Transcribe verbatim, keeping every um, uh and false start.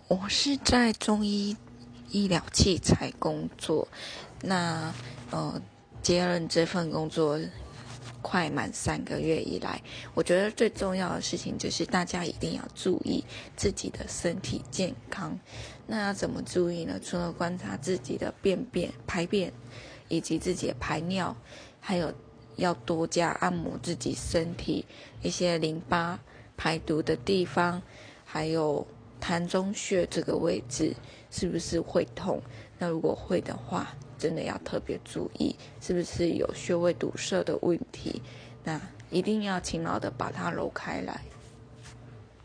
我是在中医医疗器材工作，那呃接任这份工作快满三个月以来，我觉得最重要的事情就是大家一定要注意自己的身体健康。那要怎么注意呢？除了观察自己的便便、排便以及自己的排尿，还有要多加按摩自己身体一些淋巴排毒的地方，还有膻中穴这个位置是不是会痛？那如果会的话，真的要特别注意是不是有穴位堵塞的问题，那一定要勤劳的把它揉开来。